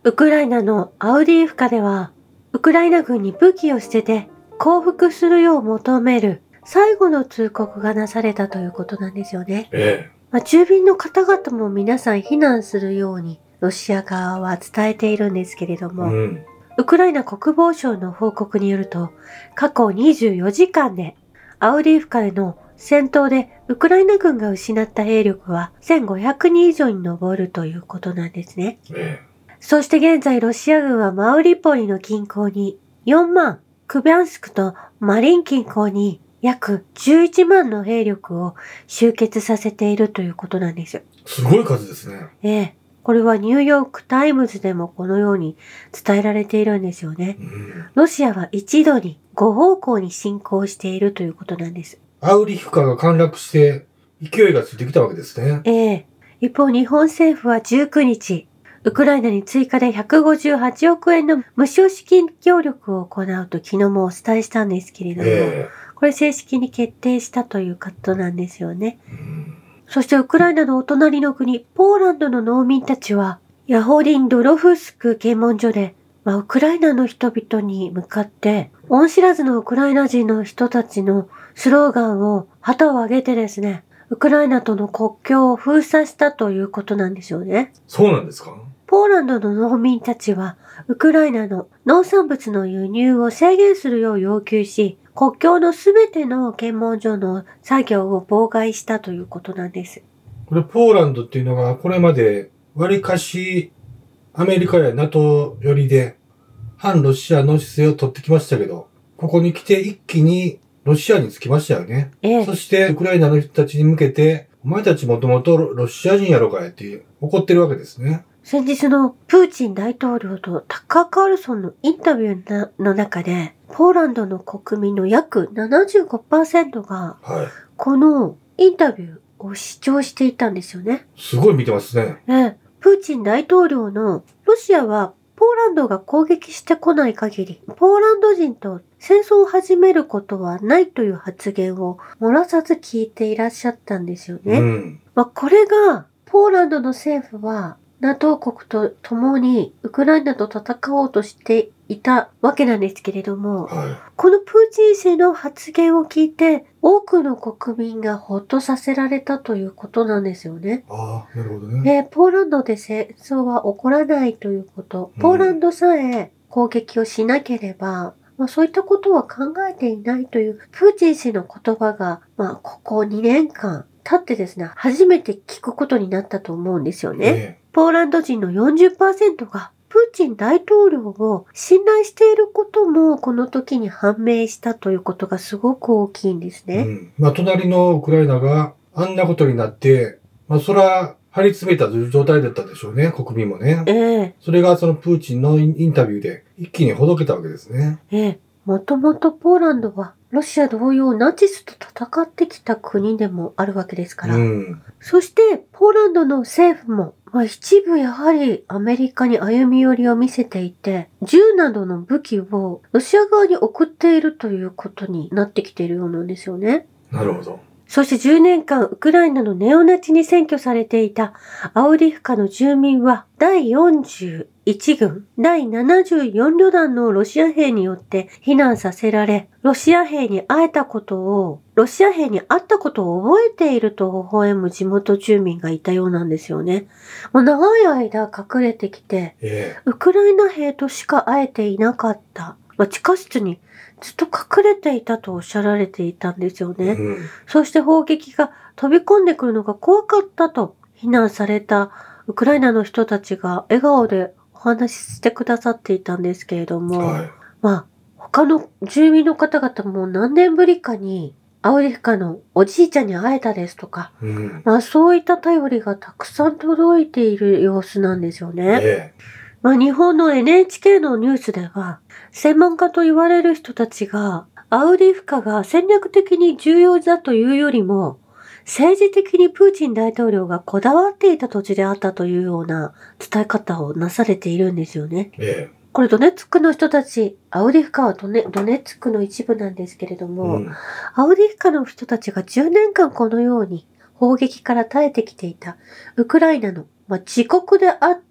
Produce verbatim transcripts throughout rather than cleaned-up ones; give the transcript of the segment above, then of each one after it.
ウクライナのアウディーフカでは、ウクライナ軍に武器を捨てて降伏するよう求める最後の通告がなされたということなんですよね。 ええ。 まあ、住民の方々も皆さん避難するようにロシア側は伝えているんですけれども、 うん。 ウクライナ国防省の報告によると、過去にじゅうよじかんでアウディーフカでの戦闘でウクライナ軍が失った兵力はせんごひゃくにん以上に上るということなんですね。 えそして現在ロシア軍はマウリポリの近郊によんまん、クビャンスクとマリン近郊に約じゅういちまんの兵力を集結させているということなんですよ。 え。すごい数ですね。 ええ。これはニューヨークタイムズでもこのように伝えられているんですよね。 うん。 ロシアは一度にご方向に侵攻しているということなんです。 アウリフカが陥落して勢いがついてきたわけですね。 ええ。一方、日本政府はじゅうくにち、ウクライナに追加でひゃくごじゅうはちおくえんの無償資金協力を行うと昨日もお伝えしたんですけれども、 えこれ正式に決定したということなんですよね。 え。うん。 そしてウクライナのお隣の国、ポーランドの農民たちは、ヤホリン・ドロフスク検問所で、まあ、ウクライナの人々に向かって、恩知らずのウクライナ人の人たちのスローガンを旗を上げてですね、ウクライナとの国境を封鎖したということなんですよね。 そうなんですか？ ポーランドの農民たちは、ウクライナの農産物の輸入を制限するよう要求し、国境のすべての検問所の作業を妨害したということなんです。 これポーランドっていうのがこれまで割かしアメリカや ナトー 寄りで反ロシアの姿勢を取ってきましたけど、ここに来て一気にロシアにつきましたよね。 ええ。 そしてウクライナの人たちに向けて、お前たちもともとロシア人やろかやって怒ってるわけですね。 先日のプーチン大統領とタッカー・カールソンのインタビューの中で、ポーランドの国民の約 ななじゅうごパーセント が、 はい。 このインタビューを視聴していたんですよね。 すごい見てますね。 ええ、プーチン大統領のロシアはポーランドが攻撃してこない限り、ポーランド人と戦争を始めることはないという発言を漏らさず聞いていらっしゃったんですよね。 うん。 まあ、これが、ポーランドの政府は、ナトー 国と共にウクライナと戦おうとしていたわけなんですけれども、 はこのプーチン氏の発言を聞いて、多くの国民がほっとさせられたということなんですよね。 い。ああ、なるほどね。 えーポーランドで戦争は起こらないということ、ポーランドさえ攻撃をしなければ、まあ、そういったことは考えていないというプーチン氏の言葉が、まあ、ここにねんかん経ってですね、初めて聞くことになったと思うんですよね。 えポーランド人の よんじゅっパーセント がプーチン大統領を信頼していることもこの時に判明したということがすごく大きいんですね。 え。うん。まあ、隣のウクライナがあんなことになって、まあ、そら、張り詰めた状態だったでしょうね、国民もね。 ええそれがそのプーチンのインインタビューで一気にほどけたわけですね。 ええ、もともとポーランドはロシア同様ナチスと戦ってきた国でもあるわけですから。 うん。 そしてポーランドの政府も、まあ、一部やはりアメリカに歩み寄りを見せていて、銃などの武器をロシア側に送っているということになってきているようなんですよね。 なるほど。 そしてじゅうねんかんウクライナのネオナチに占拠されていたアウディフカの住民はだいよんじゅういちぐん、だいななじゅうよんりょだんのロシア兵によって避難させられ、ロシア兵に会えたことを、ロシア兵に会ったことを覚えていると微笑む地元住民がいたようなんですよね。もう長い間隠れてきて、 ええ。 ウクライナ兵としか会えていなかった。まあ、地下室にずっと隠れていたとおっしゃられていたんですよね。 うん。 そして砲撃が飛び込んでくるのが怖かったと非難されたウクライナの人たちが笑顔でお話ししてくださっていたんですけれども、 はい。 まあ他の住民の方々も何年ぶりかにアウディフカのおじいちゃんに会えたですとか、 うん。 まあそういった頼りがたくさん届いている様子なんですよね。 えまあ、日本の エヌエイチケー のニュースでは、専門家と言われる人たちが、アウディフカが戦略的に重要だというよりも、政治的にプーチン大統領がこだわっていた土地であったというような伝え方をなされているんですよね。 え。えこれドネツクの人たち、アウディフカはドネドネツクの一部なんですけれどえ。 も、 うん。 アウディフカの人たちがじゅうねんかんこのように砲撃から耐えてきていたウクライナの、まあ、自国であっ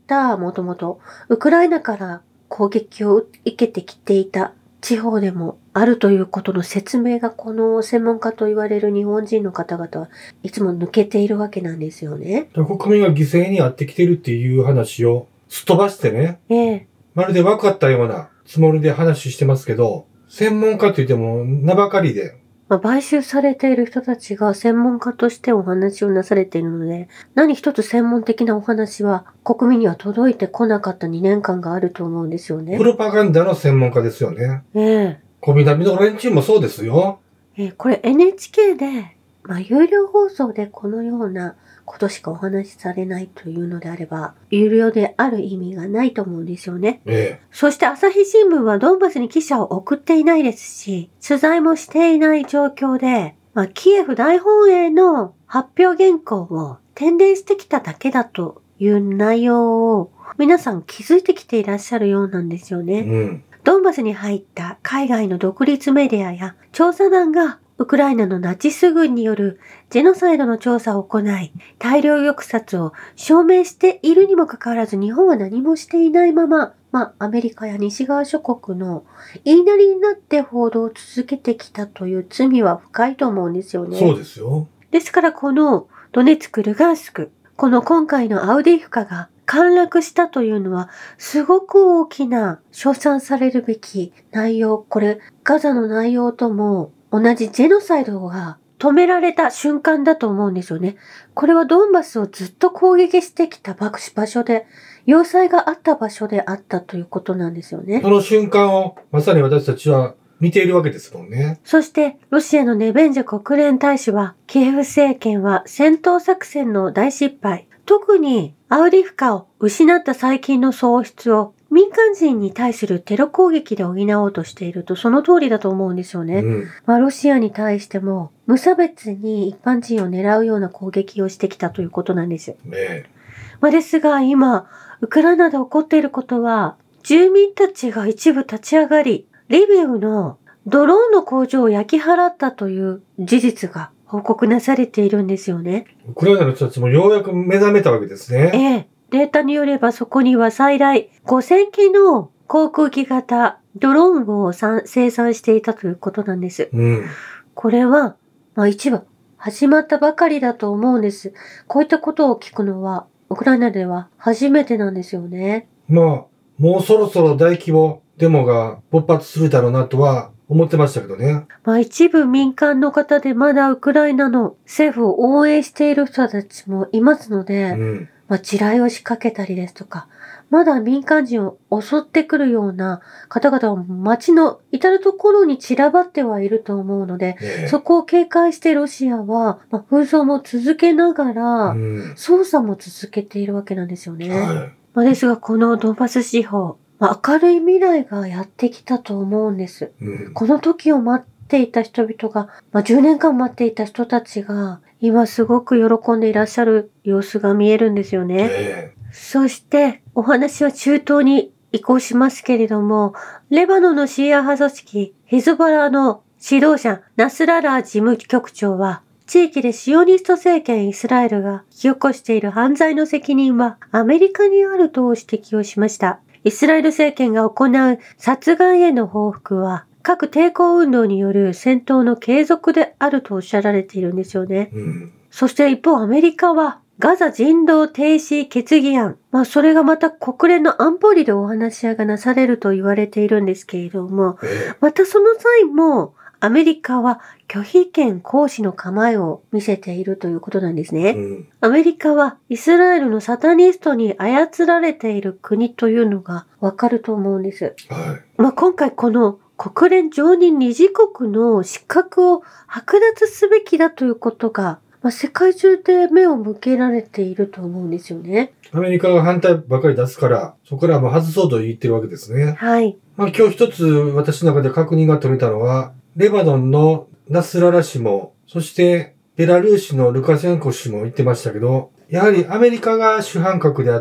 た、もともと、ウクライナから攻撃を受けてきていた地方でもあるということの説明が、この専門家と言われる日本人の方々はいつも抜けているわけなんですよね。 国民が犠牲に遭ってきてるっていう話をすっ飛ばしてね、 ええ、 まるで分かったようなつもりで話してますけど、専門家といっても名ばかりで、 まあ、買収されている人たちが専門家としてお話をなされているので、何一つ専門的なお話は国民には届いてこなかったにねんかんがあると思うんですよね。 プロパガンダの専門家ですよね。 ええ。 小南の連中もそうですよ。 えーこれ エヌエイチケー で、まあ、有料放送でこのようなことしかお話しされないというのであれば、有料である意味がないと思うんですよね。 えそして朝日新聞はドンバスに記者を送っていないですし、取材もしていない状況で、まあ、キエフ大本営の発表原稿を転伝してきただけだという内容を皆さん気づいてきていらっしゃるようなんですよえ。 ね。 うん。 ドンバスに入った海外の独立メディアや調査団がウクライナのナチス軍によるジェノサイドの調査を行い、大量虐殺を証明しているにもかかわらず日本は何もしていないまま、まあアメリカや西側諸国の言いなりになって報道を続けてきたという罪は深いと思うんですよね。 そうですよ。 ですからこのドネツク、ルガンスク、この今回のアウディフカが陥落したというのはすごく大きな称賛されるべき内容。これガザの内容とも同じジェノサイドが止められた瞬間だと思うんですよね。これはドンバスをずっと攻撃してきた場所で、要塞があった場所であったということなんですよね。 その瞬間をまさに私たちは見ているわけですもんね。 そしてロシアのネベンジャ国連大使は、キエフ政権は戦闘作戦の大失敗、特にアウディフカを失った最近の喪失を民間人に対するテロ攻撃で補おうとしていると、その通りだと思うんですよね。 うん。 まあ、ロシアに対しても無差別に一般人を狙うような攻撃をしてきたということなんです。 ねえ。 まあ、ですが今、ウクライナで起こっていることは、住民たちが一部立ち上がり、リビウのドローンの工場を焼き払ったという事実が報告なされているんですよね。 ウクライナの人たちもようやく目覚めたわけですね。 ええ。データによればそこには最大ごせんきの航空機型ドローンを生産していたということなんです。 うん。 これは、まあ一部始まったばかりだと思うんです。こういったことを聞くのは、ウクライナでは初めてなんですよね。 まあ、もうそろそろ大規模デモが勃発するだろうなとは思ってましたけどね。 まあ一部民間の方でまだウクライナの政府を応援している人たちもいますので、 うん。 まあ地雷を仕掛けたりですとか、まだ民間人を襲ってくるような方々は街の至るところに散らばってはいると思うので、 ねえ。 そこを警戒してロシアは、まあ、紛争も続けながら、 うん。 捜査も続けているわけなんですよね。 はまあ、ですが、このドンバス地方、まあ、明るい未来がやってきたと思うんです。 い。うん。 この時を待っていた人々が、まあ、じゅうねんかん待っていた人たちが、今すごく喜んでいらっしゃる様子が見えるんですよね。 ねえ。 そして、お話は中東に移行しますけれども、レバノンのシーア派組織、ヒズボラの指導者、ナスララー事務局長は、地域でシオニスト政権イスラエルが引き起こしている犯罪の責任はアメリカにあると指摘をしました。イスラエル政権が行う殺害への報復は、各抵抗運動による戦闘の継続であるとおっしゃられているんですよね。 うん。 そして一方アメリカは、ガザ人道停止決議案。まあそれがまた国連の安保理でお話し合いがなされると言われているんですけれども、 ええ。 またその際もアメリカは拒否権行使の構えを見せているということなんですね。 うん。 アメリカはイスラエルのサタニストに操られている国というのがわかると思うんです。 はまあ今回この国連常任理事国の資格を剥奪すべきだということが、まあ、世界中で目を向けられていると思うんですよね。 い。アメリカが反対ばかり出すから、そこからもう外そうと言ってるわけですね。 はい。 まあ今日一つ私の中で確認が取れたのは、レバノンのナスララ氏も、そしてベラルーシのルカシェンコ氏も言ってましたけど、やはりアメリカが主犯格であって、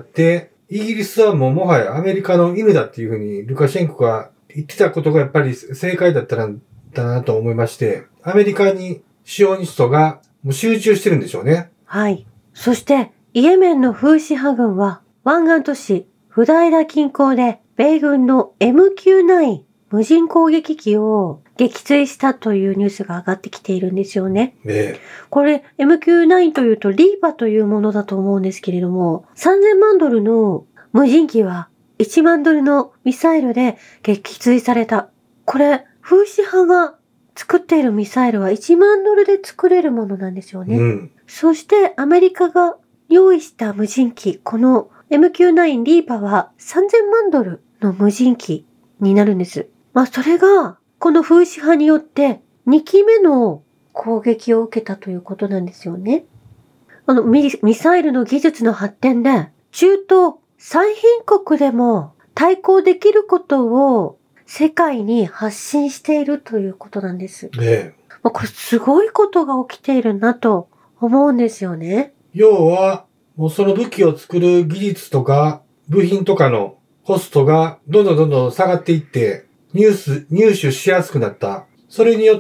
イギリスはもうもはやアメリカの犬だっていうふうにルカシェンコが言ってたことがやっぱり正解だったんだなと思いまして、アメリカにシオニストがもう集中してるんでしょうね。 はい。そして、イエメンのフーシ派軍は、 湾岸都市フダイラ近郊で米軍の エムキューナイン 無人攻撃機を撃墜したというニュースが上がってきているんですよね。 ええ。 これ エムキューナイン というとリーパというものだと思うんですけれども、さんぜんまんドルの無人機はいちまんドルのミサイルで撃墜された。これ、風刺派が作っているミサイルはいちまんドルで作れるものなんですよね。 うん。 そしてアメリカが用意した無人機、この エムキューナイン リーパはさんぜんまんドルの無人機になるんです。まあそれがこの風刺派によってにきめの攻撃を受けたということなんですよね。あのミ、ミサイルの技術の発展で中東最貧国でも対抗できることを世界に発信しているということなんです。 ええ。 まあ、これすごいことが起きているなと思うんですよね。 要は、もうその武器を作る技術とか、部品とかのコストがどんどんどんどん下がっていって、入手、入手しやすくなった。それによって、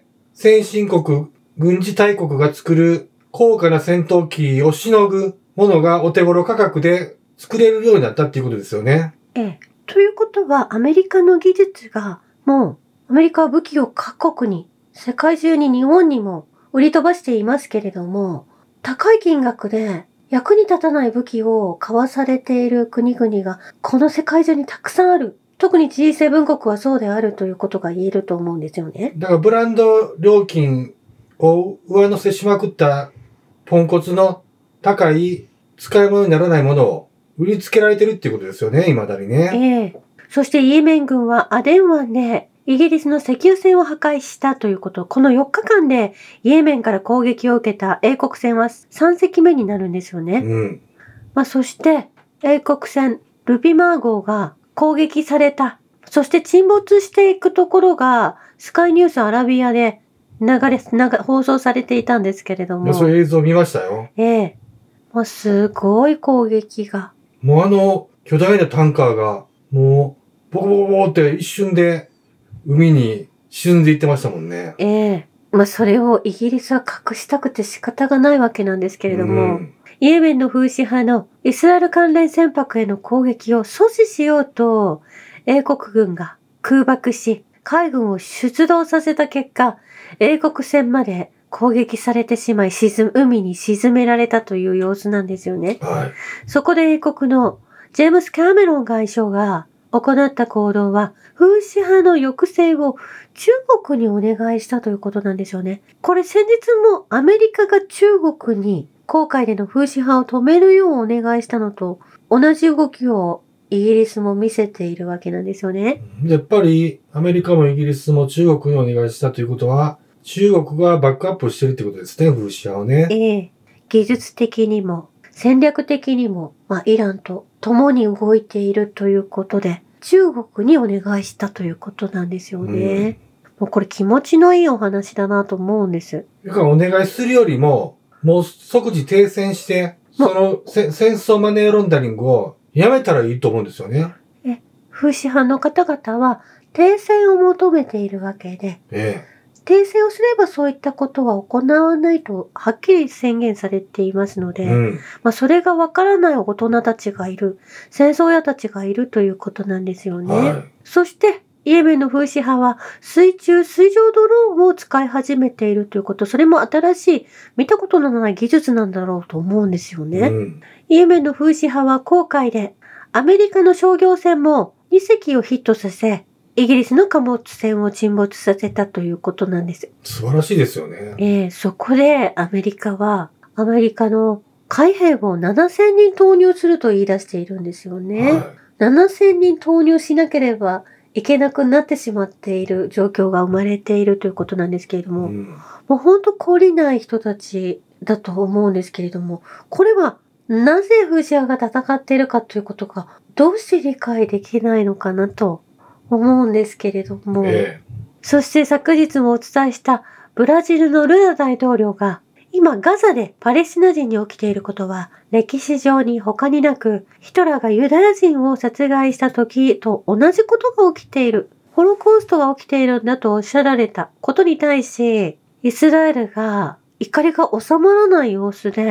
先進国、軍事大国が作る高価な戦闘機をしのぐものがお手頃価格で作れるようになったっていうことですよね。 ええ。ということは、アメリカの技術が、もう、アメリカは武器を各国に、世界中に日本にも売り飛ばしていますけれども、高い金額で役に立たない武器を買わされている国々が、この世界中にたくさんある。特に ジーセブン 国はそうであるということが言えると思うんですよね。 だからブランド料金を上乗せしまくったポンコツの高い使い物にならないものを売りつけられてるっていうことですよね、未だにね。 ええ。そしてイエメン軍はアデン湾でイギリスの石油船を破壊したということ。このよっかかんでイエメンから攻撃を受けた英国船はさんせきめになるんですよね。 うん。 まあ、そして英国船ルピマー号が攻撃された。そして沈没していくところがスカイニュースアラビアで流れ、流放送されていたんですけれども。 そういう映像見ましたよ。 ええ。もうすごい攻撃が。 もうあの巨大なタンカーがもうボコボコボコって一瞬で海に沈んでいってましたもんね。 ええ。まあ、それをイギリスは隠したくて仕方がないわけなんですけれども、うん、イエメンの風刺派のイスラエル関連船舶への攻撃を阻止しようと、英国軍が空爆し、海軍を出動させた結果、英国船まで攻撃されてしまい、沈む、海に沈められたという様子なんですよね。 はい、 そこで英国のジェームス・キャメロン外相が行った行動は、風刺派の抑制を中国にお願いしたということなんですよね。これ先日もアメリカが中国に航海での風刺派を止めるようお願いしたのと同じ動きをイギリスも見せているわけなんですよね。 やっぱりアメリカもイギリスも中国にお願いしたということは、中国がバックアップしてるってことですね、風刺派をね。 ええ。技術的にも戦略的にも、まあ、イランと共に動いているということで、中国にお願いしたということなんですよね。うん、もうこれ気持ちのいいお話だなと思うんです。 だからお願いするよりも、もう即時停戦して、その戦争マネーロンダリングをやめたらいいと思うんですよね。 え、風刺派の方々は停戦を求めているわけで、 ええ、 停戦をすればそういったことは行わないとはっきり宣言されていますので、うん、まあそれがわからない大人たちがいる、戦争屋たちがいるということなんですよね。はい、そしてイエメンの風刺派は水中水上ドローンを使い始めているということ、それも新しい見たことのない技術なんだろうと思うんですよね。うん、イエメンの風刺派は航海でアメリカの商業船もにせきをヒットさせ、イギリスの貨物船を沈没させたということなんです。 素晴らしいですよね。 えー、そこでアメリカは、アメリカの海兵をななせんにん投入すると言い出しているんですよね。はい、ななせんにん投入しなければいけなくなってしまっている状況が生まれているということなんですけれども、うん、もう本当懲りない人たちだと思うんですけれども、これはなぜ風刺派が戦っているかということがどうして理解できないのかなと思うんですけれども、ええ、そして昨日もお伝えしたブラジルのルラ大統領が今ガザでパレスチナ人に起きていることは歴史上に他になく、ヒトラーがユダヤ人を殺害した時と同じことが起きている、ホロコーストが起きているんだとおっしゃられたことに対し、イスラエルが怒りが収まらない様子で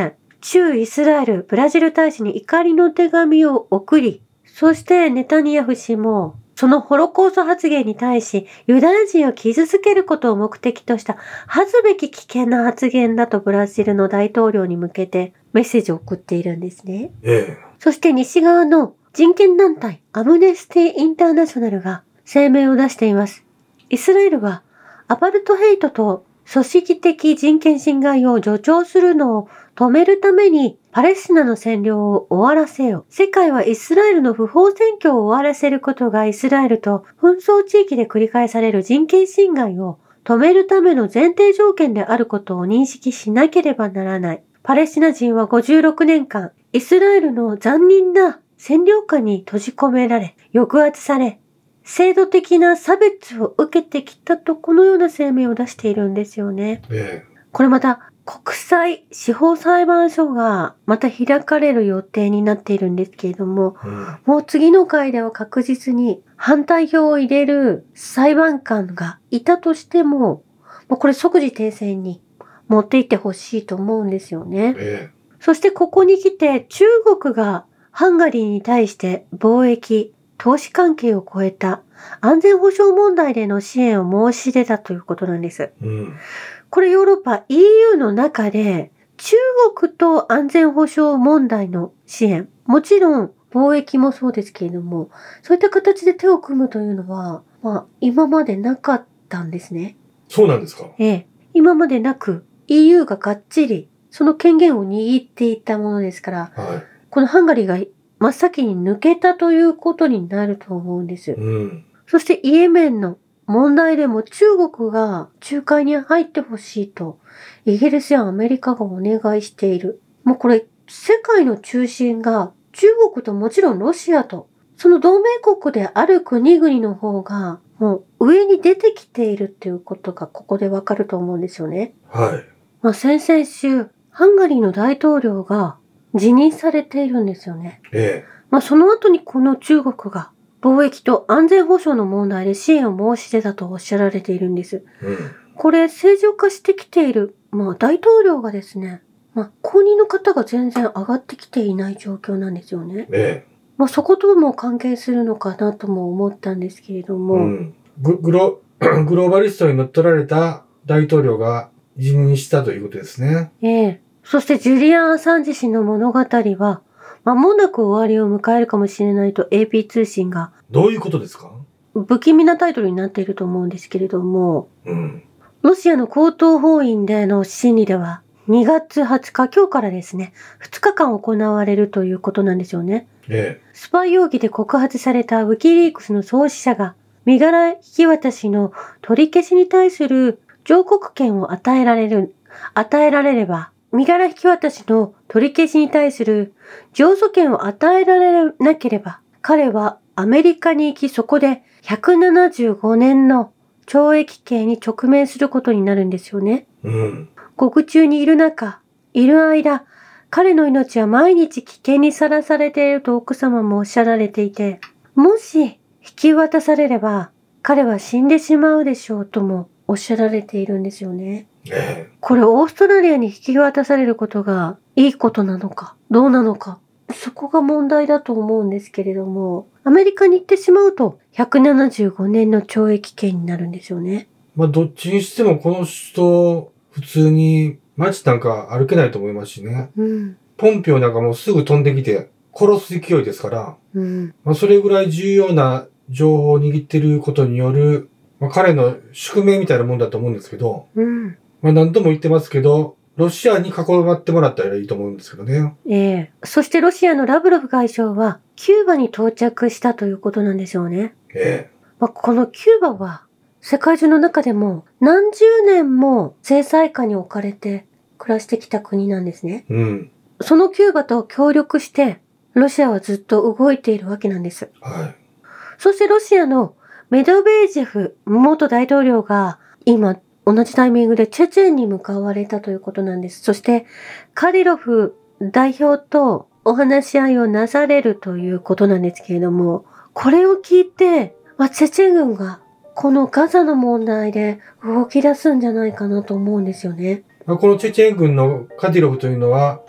駐イスラエル、ブラジル大使に怒りの手紙を送り、そしてネタニヤフ氏も、そのホロコースト発言に対し、ユダヤ人を傷つけることを目的とした恥ずべき危険な発言だとブラジルの大統領に向けてメッセージを送っているんですね。 ええ。 そして西側の人権団体アムネスティ・インターナショナルが声明を出しています。イスラエルはアパルトヘイトと組織的人権侵害を助長するのを止めるためにパレスチナの占領を終わらせよ。世界はイスラエルの不法占拠を終わらせることがイスラエルと紛争地域で繰り返される人権侵害を止めるための前提条件であることを認識しなければならない。パレスチナ人はごじゅうろくねんかん、イスラエルの残忍な占領下に閉じ込められ、抑圧され、制度的な差別を受けてきたとこのような声明を出しているんですよね。 ええ。 これまた国際司法裁判所がまた開かれる予定になっているんですけれども、 うん、 もう次の回では確実に反対票を入れる裁判官がいたとしても、もうこれ即時停戦に持っていってほしいと思うんですよね。 ええ。 そしてここに来て中国がハンガリーに対して貿易、投資関係を超えた安全保障問題での支援を申し出たということなんです。 うん、 これヨーロッパ イーユー の中で中国と安全保障問題の支援、もちろん貿易もそうですけれども、そういった形で手を組むというのは、まあ今までなかったんですね。 そうなんですか？ ええ。今までなく イーユー ががっちりその権限を握っていたものですから、 はい。 このハンガリーが真っ先に抜けたということになると思うんです。 うん。 そしてイエメンの問題でも中国が仲介に入ってほしいとイギリスやアメリカがお願いしている。もうこれ世界の中心が中国ともちろんロシアとその同盟国である国々の方がもう上に出てきているっていうことがここでわかると思うんですよね。 はい。 まあ先々週ハンガリーの大統領が辞任されているんですよね。 ええ。 まあその後にこの中国が貿易と安全保障の問題で支援を申し出たとおっしゃられているんです。 うん。 これ正常化してきている、まあ大統領がですね、まあ公認の方が全然上がってきていない状況なんですよね。 ええ。 まあそことも関係するのかなとも思ったんですけれども。 うん。ググロ、グローバリストに乗っ取られた大統領が辞任したということですね。 ええ。そしてジュリアン・アサンジ氏の物語は、間もなく終わりを迎えるかもしれないと エーピー 通信が。 どういうことですか？ 不気味なタイトルになっていると思うんですけれども、 うん。 ロシアの高等法院での審理では、にがつはつか、今日からですね、ふつかかん行われるということなんですよね。 ええ。 スパイ容疑で告発されたウィキリークスの創始者が、身柄引き渡しの取り消しに対する上告権を与えられる、与えられれば、身柄引き渡しの取り消しに対する上訴権を与えられなければ、彼はアメリカに行きそこでひゃくななじゅうごねんの懲役刑に直面することになるんですよね。 うん。 獄中にいる中、いる間、彼の命は毎日危険にさらされていると奥様もおっしゃられていて、もし引き渡されれば彼は死んでしまうでしょうともおっしゃられているんですよね。 ええ。 これオーストラリアに引き渡されることがいいことなのかどうなのか、そこが問題だと思うんですけれども、アメリカに行ってしまうとひゃくななじゅうごねんの懲役刑になるんですよね。 まあ、どっちにしてもこの人、普通に街なんか歩けないと思いますしね。 うん。 ポンピオなんかもうすぐ飛んできて殺す勢いですから、 うん。 まあ、それぐらい重要な情報を握っていることによる、まあ、彼の宿命みたいなもんだと思うんですけど、 うん。 まあ、何度も言ってますけど、ロシアに囲まってもらったらいいと思うんですけどね。 ええ。そしてロシアのラブロフ外相はキューバに到着したということなんですよね。 ええ。 まあ、このキューバは世界中の中でも何十年も制裁下に置かれて暮らしてきた国なんですね。 うん。 そのキューバと協力してロシアはずっと動いているわけなんです。 はい。 そしてロシアのメドベージェフ元大統領が今同じタイミングでチェチェンに向かわれたということなんです。そしてカディロフ代表とお話し合いをなされるということなんですけれども、これを聞いて、まあ、チェチェン軍がこのガザの問題で動き出すんじゃないかなと思うんですよね。 まあ、このチェチェン軍のカディロフというのは、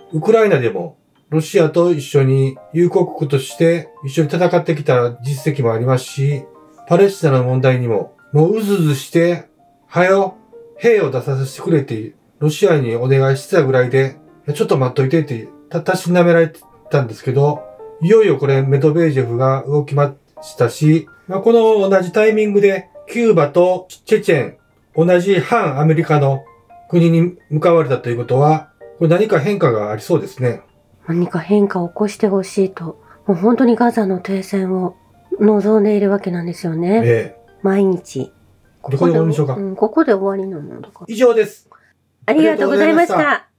ウクライナでもロシアと一緒に友好国として一緒に戦ってきた実績もありますし、パレスチナの問題にももううずうずして、はよ、兵を出させてくれってロシアにお願いしてたぐらいで、ちょっと待っといてってた、たしなめられてたんですけど、いよいよこれメドベージェフが動きましたし、まあ、この同じタイミングでキューバとチェチェン、同じ反アメリカの国に向かわれたということは、これ何か変化がありそうですね。 何か変化を起こしてほしいと、もう本当にガザの停戦を望んでいるわけなんですよね。 ええ。 毎日。 ここで終わりましょうか。 うん、ここで終わりなのだから。 以上です。 ありがとうございました。